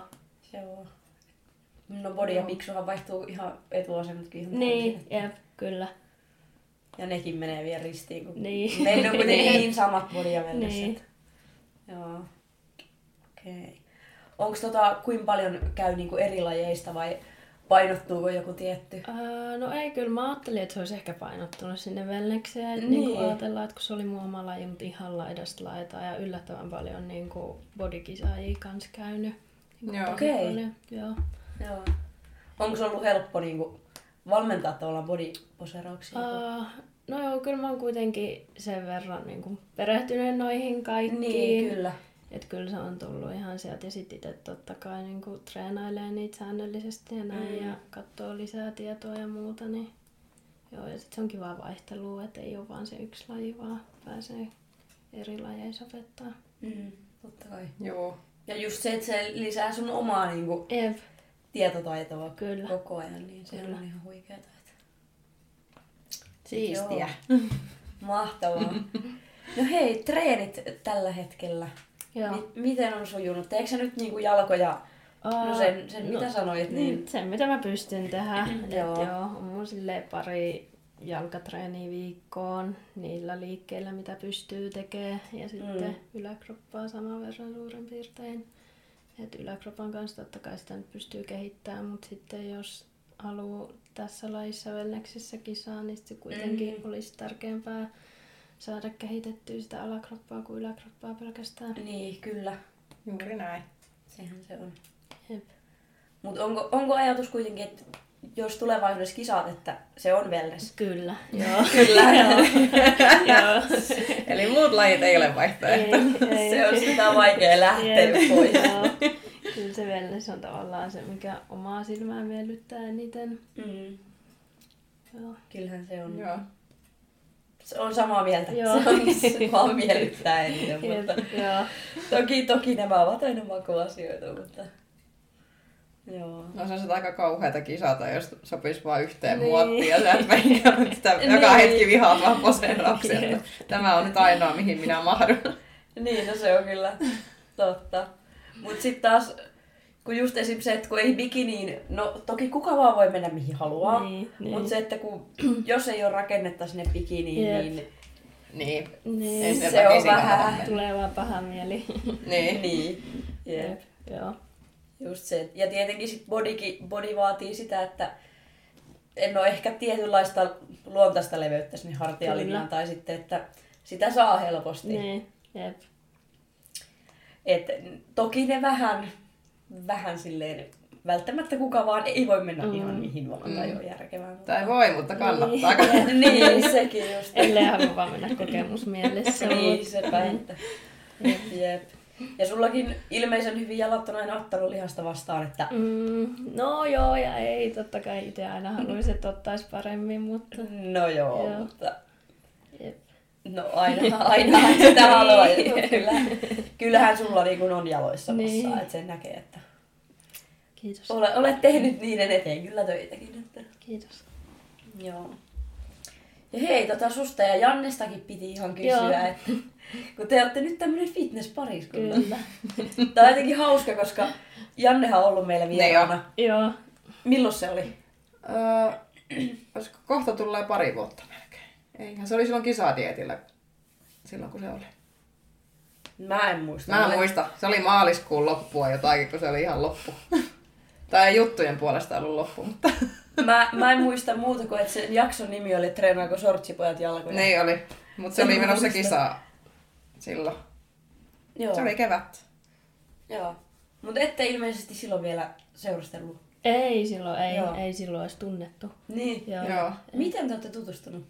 No body ja piksuhan vaihtuu ihan etuasematkin ihan niin, kyllä. Ja nekin menee vielä ristiin, kun niin. meillä on kuitenkin niin samat body ja wellness. Niin. Joo. Okei. Onks kuinka paljon käy niinku eri lajeista vai painottuuko joku tietty? No ei, kyllä mä ajattelin, että se olisi ehkä painottunut sinne Wellnekseen. Niin. Ajatellaan, että kun se oli mun oma laji, mutta ihan laidasta laitaan ja yllättävän paljon niin bodykisaajia kanssa käynyt. Okei. Joo. Onko se ollut helppo niin valmentaa tavallaan bodyposeerauksia? No joo, kyllä mä oon kuitenkin sen verran niin perehtynyt noihin kaikkiin. Niin, kyllä. Että kyllä se on tullut ihan sieltä ja sitten itse totta kai niin treenailee niitä säännöllisesti ja näin ja katsoo lisää tietoa ja muuta. Niin joo, ja sitten se on kiva vaihtelua, että ei ole vaan se yksi laji, vaan pääsee eri lajeissa opettaa. Totta kai. Joo. Ja just se, että se lisää sun omaa niinku tietotaitoa kyllä. koko ajan, niin se on ihan huikeeta. Siistiä. Mahtavaa. No hei, treenit tällä hetkellä. Miten on sujunut? Teekö sä nyt niinku jalkoja? No sen mitä sanoit? Niin... Sen mitä mä pystyn tehdä. Joo, on mun silleen pari jalkatreeniä viikkoon niillä liikkeillä mitä pystyy tekemään. Ja sitten yläkroppaa saman verran suurin piirtein. Et yläkropan kanssa totta kai sitä nyt pystyy kehittämään, mutta sitten jos haluaa tässä lajissa Wellneksessä kisaa, niin sitten kuitenkin olisi tärkeämpää saada kehitettyä sitä alakroppaa kuin yläkroppaa pelkästään. Niin, kyllä. Juuri näin. Sehän se on. Mutta onko ajatus kuitenkin, että jos tulevaisuudessa kisaat, että se on wellness? Kyllä, joo. Kyllä, joo. Eli muut lajit ei ole vaihtoehto. Ei. Se on sitä vaikea lähteä pois. Joo. Kyllä se wellness on tavallaan se, mikä omaa silmää miellyttää eniten. Joo. Kyllähän se on. Joo. Se on samaa mieltä. Joo. Se on vaan miellyttää eniten, mutta toki nämä ovat aina makuasioita, mutta joo. No se on aika kauheata kisata, jos sopisi vaan yhteen muottiin ja sä et meinaa sitä joka hetki vihaa vaan poseerauksia. Tämä on nyt ainoa, mihin minä mahdun. Niin, no se on kyllä totta. Mut sit taas, kun just esim. Se, että kun ei bikiniin, no toki kuka vaan voi mennä mihin haluaa, mutta se, että jos ei ole rakennetta sinne bikiniin, niin se on vähän. Tulee vaan paha mieli. Niin. Jep. Joo. Just se. Ja tietenkin sit body vaatii sitä, että en ole ehkä tietynlaista luontaista leveyttä sinne hartialinjaan tai sitten, että sitä saa helposti. Niin, jep. Et toki ne vähän silleen, välttämättä kuka vaan ei voi mennä ihan mihin vaan tai ole järkevää. Tai voi, mutta kannattaa. Niin, sekin just. Ellei halua vaan mennä kokemusmielessä. Niin, sepä, että jep. Ja sullakin ilmeisen hyvin jalat on aina ottanut lihasta vastaan, että... No joo ja ei, totta kai itse aina haluaisi, että ottaisi paremmin, mutta... No joo. Mutta... Jep. No aina sitä haluaa. Kyllähän sulla niin kun on jaloissa vastaan, että sen näkee, että... Kiitos. Olet tehnyt niiden eteen kyllä töitäkin. Että... Kiitos. Joo. Ja hei, susta ja Jannestakin piti ihan kysyä, että kun te olette nyt tämmönen fitness-pariskunta. Kyllä. Tää on jotenkin hauska, koska Jannehan on ollut meillä vieraana. Joo. Milloin se oli? Olisiko kohta tulee 2 vuotta melkein. Eihän se oli silloin kisadietillä, silloin kun se oli. Mä en muista. Mä en muista. Se oli maaliskuun loppua jotakin, kun se oli ihan loppu. Tai ei juttujen puolesta ollut loppu, mutta... Mä en muista muuta kuin, että sen jakson nimi oli Treenaako sortsipojat jalkoja. Niin oli, mutta se oli menossa kisaa silloin. Joo. Se oli kevät. Joo. Mutta ette ilmeisesti silloin vielä seurustellut. Ei silloin, ei silloin edes tunnettu. Niin. Joo. Miten te olette tutustunut?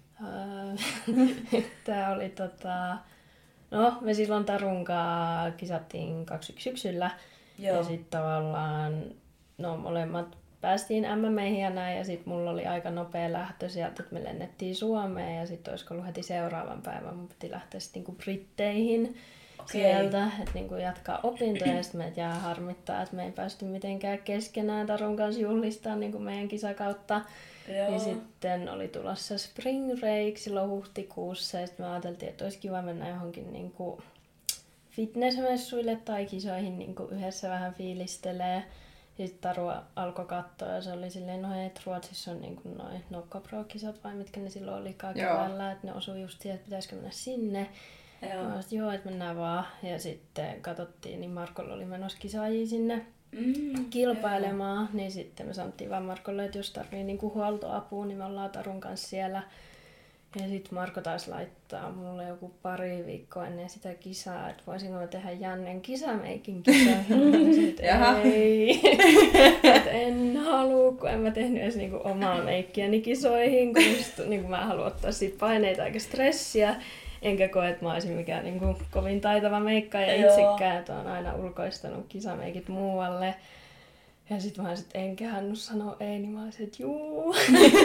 Tää oli No, me silloin Tarunkaa kisattiin 21 syksyllä. Joo. Ja sitten tavallaan, molemmat päästiin MM:ihin ja näin, ja sitten mulla oli aika nopea lähtö sieltä, että me lennettiin Suomeen, ja sitten olisiko ollut heti seuraavan päivän, mun piti lähteä sitten niinku Britteihin sieltä, että niinku jatkaa opintoja, ja sitten meitä jää harmittaa, että me ei päästy mitenkään keskenään Tarun kanssa juhlistaa niinku meidän kisakautta. Joo. Ja sitten oli tulossa Spring Break silloin huhtikuussa, ja sitten me ajateltiin, että olisi kiva mennä johonkin niinku fitnessmessuille tai kisoihin niinku yhdessä vähän fiilistelee. Sitten Taru alkoi katsoa ja se oli silleen, no että Ruotsissa on niinku noin Nokka Pro-kisat vai mitkä ne silloin olikaan keväällä, että ne osui just siihen, että pitäisikö mennä sinne. Joo, että mennään vaan. Ja sitten katsottiin, niin Markolla oli menossa kisaajia sinne. kilpailemaan, niin sitten me sanottiin vaan Markolle, että jos tarvii niinku huoltoapua, niin me ollaan Tarun kanssa siellä. Ja sitten Marko taas laittaa mulle joku pari viikkoa ennen sitä kisaa, että voisinko mä tehdä Jannen kisameikin kisoihin. Ei, et en halua, kun en mä tehnyt edes niinku omaa meikkiäni kisoihin, kun niinku mä haluan ottaa siitä paineita eikä stressiä. Enkä koe, että mä olisin mikään niinku kovin taitava meikkaaja itsekään, että olen aina ulkoistanut kisameikit muualle. Ja sit mä olisin, että enkä Hannu sanoo ei, niin mä olisin, että juu.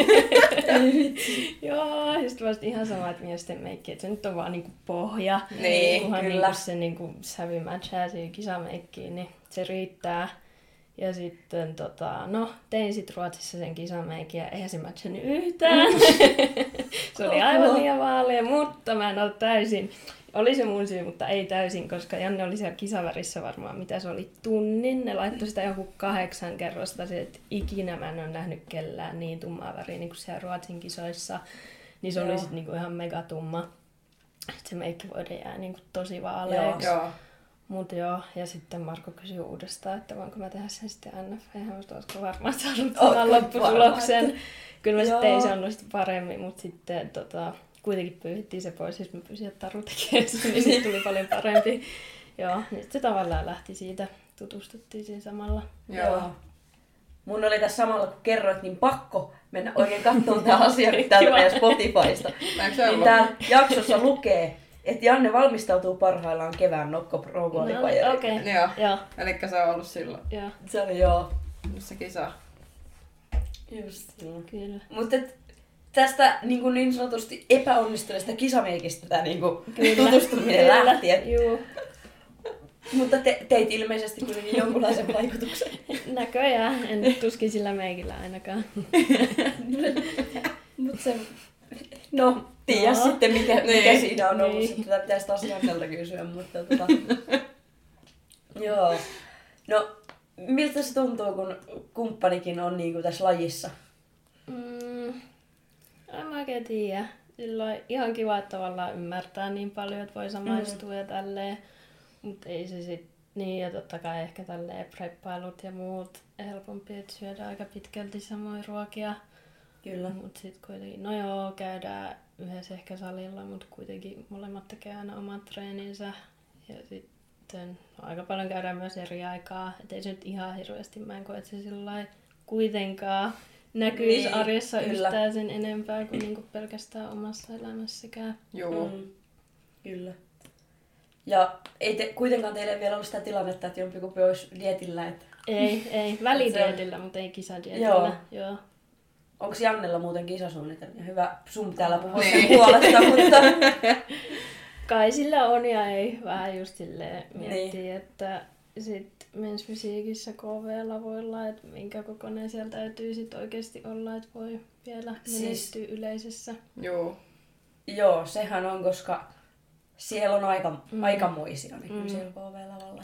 Joo, ja sit mä olisin ihan sama, että miesten meikki, että se nyt on vaan niinku pohja. Niin, kunhan kyllä. niinku se niinku sävy matchaa siihen kisameikkiin, niin se riittää. Ja sitten tein sit Ruotsissa sen kisameikin ja eihän se matchannut yhtään. Se oli aivan liian vaalea, mutta mä en ole täysin. Oli se mun syy, mutta ei täysin, koska Janne oli siellä kisavärissä varmaan, mitä se oli, tunnin. Ne laittoi sitä joku 8 kerrosta, että ikinä mä en ole nähnyt kellään niin tummaa väriä niin kuin siellä Ruotsin kisoissa. Niin se oli sitten niinku ihan megatumma. Sitten se meikkivoide jää niinku tosi vaaleaksi. Mut joo, ja sitten Marko kysyi uudestaan, että voinko mä tehdä sen sitten NF:hen, mutta olisiko varmaan saanut saman lopputuloksen. Kyllä mä sitten tein se on paremmin, mutta sitten kuitenkin pyyhittiin se pois, jos mä pyysin, että Taru tekee sen, niin siitä tuli paljon parempi. Joo, niin se tavallaan lähti siitä, tutustuttiin siinä samalla. Joo. Mun oli tässä samalla, kun kerroit, niin pakko mennä oikein katsomaan tämä asia nyt täältä meidän Spotifysta. Niin täällä jaksossa lukee, että Janne valmistautuu parhaillaan kevään Nokko Pro Qualifieriin. Okei. Joo. Elikkä se on ollut silloin. Joo. Se oli joo. Se kisa. Just silloin. Kyllä. Mutta tästä niin sanotusti epäonnistuneesta kisameikistä tämä tutustuminen lähti. Juu. Mutta teit ilmeisesti kuitenkin jonkunlaisen vaikutuksen. Näköjään, en tuskin sillä meikillä ainakaan. Mut se... No, tiedä sitten mikä siinä on ollut. Sitten tätä pitäisi taas Jannelta kysyä, mutta Joo. No, miltä se tuntuu, kun kumppanikin on niinku tässä lajissa? En mä oikein tiedä. Silloin ihan kiva, että tavallaan ymmärtää niin paljon, että voi samaistua ja tälleen. Mutta ei se sit niin, ja totta kai ehkä tälleen preppailut ja muut helpompi, että syödään aika pitkälti samoin ruokia. Kyllä. Mutta sitten kuitenkin, no joo, käydään yhdessä ehkä salilla, mutta kuitenkin molemmat tekee aina omat treeninsä. Ja sitten aika paljon käydään myös eri aikaa. Et ei se nyt ihan hirveästi, mä en koe, että se sillai kuitenkaan näkyisi arjessa yhtään sen enempää kuin niinku pelkästään omassa elämässäkään. Joo. Kyllä. Ja ei kuitenkaan teille vielä ollut sitä tilannetta, että jompikumpi olisi dietillä? Että... Ei. Välidietillä, mutta ei kisadietillä. Joo. Onko Jannella muuten kisasuunnitelmia? Hyvä sun täällä puhua sen puolesta, mutta... Kai sillä on ja ei. Vähän just silleen miettii, että sit mensfysiikissä KV-lavoilla, että minkä kokoinen siellä täytyy sit oikeasti olla, että voi vielä menestyä yleisessä. Joo, sehän on, koska siellä on aikamoisia niin kyllä siellä KV-lavalla.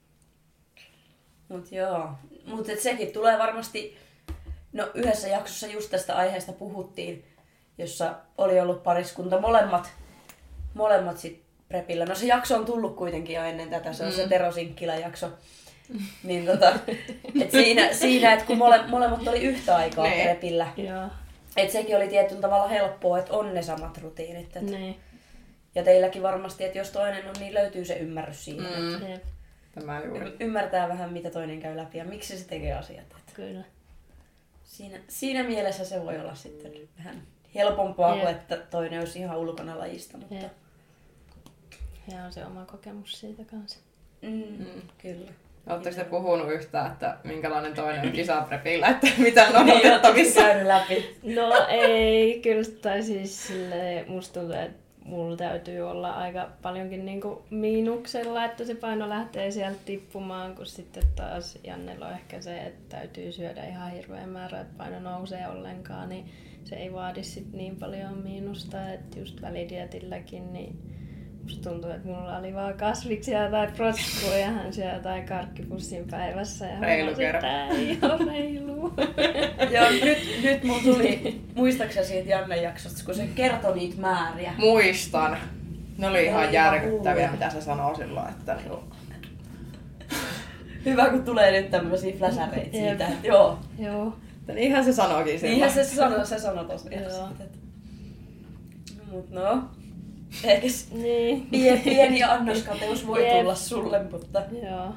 Mutta sekin tulee varmasti... No yhdessä jaksossa just tästä aiheesta puhuttiin, jossa oli ollut pariskunta molemmat sit prepillä. No se jakso on tullut kuitenkin jo ennen tätä, se on se Tero Sinkkilän jakso. Niin et siinä että kun molemmat oli yhtä aikaa prepillä. Että sekin oli tietyllä tavalla helppoa, että on ne samat rutiinit. Ja teilläkin varmasti, että jos toinen on, niin löytyy se ymmärrys siinä. Tämä juuri. Ymmärtää vähän, mitä toinen käy läpi ja miksi se tekee asiat. Kyllä. Siinä mielessä se voi olla sitten vähän helpompaa kuin että toinen olisi ihan ulkona lajista. Mutta... Ja on se oma kokemus siitä kanssa. Kyllä. Oletteko te puhunut yhtään, että minkälainen toinen on kisaprepillä, että mitä on odotettavissa? Käynyt läpi. No ei, kyllä. Tai siis musta tuntuu, että mulla täytyy olla aika paljonkin niinku miinuksella, että se paino lähtee sieltä tippumaan, kun sitten taas Jannella on ehkä se, että täytyy syödä ihan hirveän määrä, että paino nousee ollenkaan, niin se ei vaadi sit niin paljon miinusta, että just välidietilläkin, niin musta tuntuu, että mulla oli vaan kasviksia tai protskuja ja hän syö jotain karkkipussin päivässä ja reilu kerran. Tää ei ole reilu. Joo, nyt mulla tuli, muistaakseni siitä Jannen jaksosta, kun se kertoi niitä määriä. Muistan. Ne oli ihan järkyttäviä, mitä se sanoo silloin, että Hyvä, kun tulee nyt tämmösiä fläsäreitä siitä, että joo. Joo. Niinhän se sanoikin silloin. Niinhän se sanoi tosiaan. Mut no, ehkä Niin. pieni annoskateus voi tulla sulle, mutta... Joo.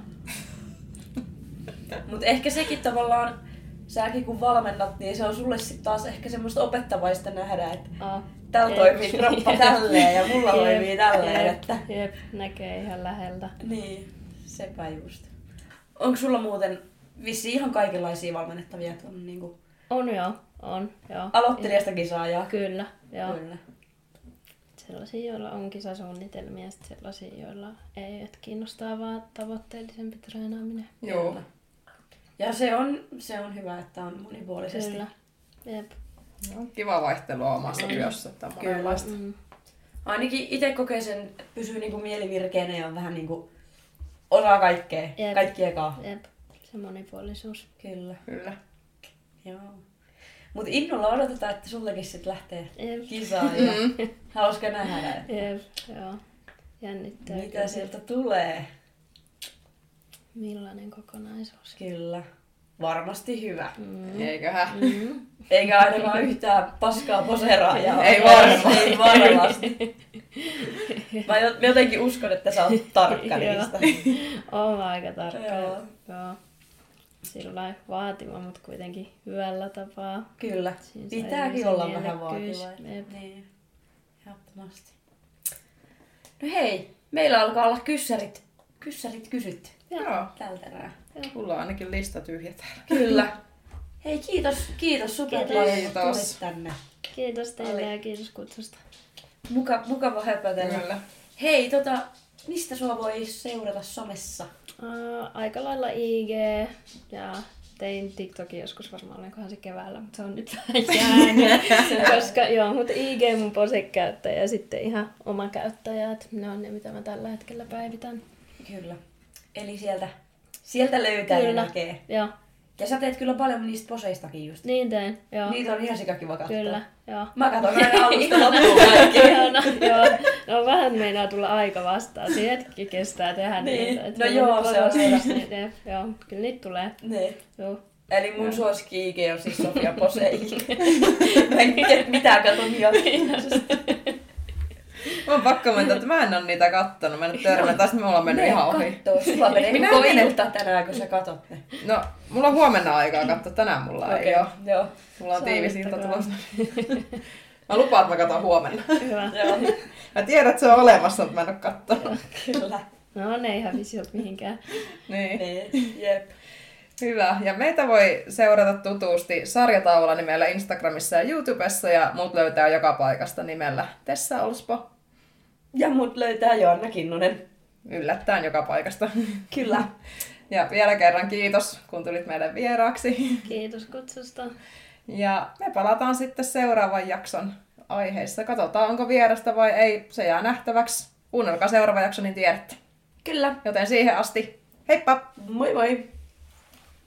Mut ehkä sekin tavallaan, säkin kun valmennat, niin se on sulle sit taas ehkä semmoista opettavaista nähdä, että täällä toimii kroppa tälleen ja mulla toimii tälleen, että... Jep, näkee ihan läheltä. Niin, sepä just. Onko sulla muuten vissiin ihan kaikenlaisia valmennettavia, että on niinku... On joo. Aloittelijasta kisaajaa? Kyllä, joo. Kyllä. Sellaisia, joilla on kisasuunnitelmia ja sitten sellaisia, joilla ei, että kiinnostaa vaan tavoitteellisempi treenaaminen. Joo. Ja se on hyvä, että on monipuolisesti. Kyllä, jep. No, kiva vaihtelua omassa työssä, että on monenlaista. Ainakin itse kokee sen, että pysyy niinku mielivirkeänä ja on vähän niinku osaa kaikkea, kaikkia kaa. Jep, se monipuolisuus. Kyllä. Kyllä. Joo. Mut innolla odotetaan, että sullekin sit lähtee Jep. kisaan ja hauska nähdä, että Jep, joo. Jännittää. mitä sieltä tulee. Millainen kokonaisuus. Kyllä. Varmasti hyvä. Eiköhän? Eikä ainakaan yhtään paskaa poseeraajaa. Ei varmasti. Ei varmasti. Mä jotenkin uskon, että sä oot tarkka niistä. Oon aika tarkka. Joo. Joo. Sillain vaativa, mutta kuitenkin hyvällä tapaa. Kyllä. Siinä Pitääkin säilyy se olla vähän mielekkyys. vaativa. Jep. Niin. Ehdottomasti. No hei, meillä alkaa olla kyssärit kysytty. Joo. Tältä erää. Mulla on ainakin lista tyhjä täällä. Kyllä. Hei, kiitos super paljon, kun Kiitos. tulit tänne. Kiitos teille ja kiitos kutsusta. Mukava höpötellä. Kyllä. Hei, mistä sua voi seurata somessa? Aika lailla IG ja tein TikTokin joskus varmaan, olenkohan se keväällä, mutta se on nyt vähän jäänyt. Koska joo, mutta IG mun posekäyttäjä ja sitten ihan oma käyttäjä, että ne on ne mitä mä tällä hetkellä päivitän. Kyllä. Eli sieltä löytää ja Kyllä. näkee. Joo, Ja sä teet kyllä paljon niistä poseistakin just. niin teen, joo. Niitä on ihan sikakiva katsoa. Kyllä, joo. Mä katon aina alusta loppuun kaikki. Ihana, joo. No vähän meinaa tulla aika vastaan. Se hetki kestää tehdä Niin. niitä. Et No mä joo, nyt se on sellaista. Niin, joo, kyllä niitä tulee. Niin. Joo. Eli mun suosikki IG on siis Sofia Posei. Mä en mitään kato Mä oon pakko mennä, että mä en oo niitä kattonut. Mä en törmää, taas me ollaan mennyt ihan ohi. Kattoo. Sulla menee Minä koko en- ilta tänään, kun sä katot ne. No, mulla on huomenna aikaa katsoa, tänään mulla ei oo. Joo. Mulla on tiivis ilta Sallittakaa. tulossa. Mä lupaan, että mä katon huomenna. Hyvä. Joo. Mä tiedän, että se on olemassa, mutta mä en oo kattonut. Kyllä. No ne ei hävisi sieltä mihinkään. Niin. Niin. Jep. Hyvä. Ja meitä voi seurata tutusti sarjataululla nimellä Instagramissa ja YouTubessa ja muut löytää joka paikasta nimellä Tessa Olspo. Ja mut löytää Joanna Kinnunen. Yllättäen joka paikasta. Kyllä. Ja vielä kerran kiitos, kun tulit meidän vieraaksi. Kiitos kutsusta. Ja me palataan sitten seuraavan jakson aiheissa. Katsotaan, onko vierasta vai ei. Se jää nähtäväksi. Kuunnelkaa seuraava jakso, niin tiedätte. Kyllä. Joten siihen asti, heippa! Moi moi!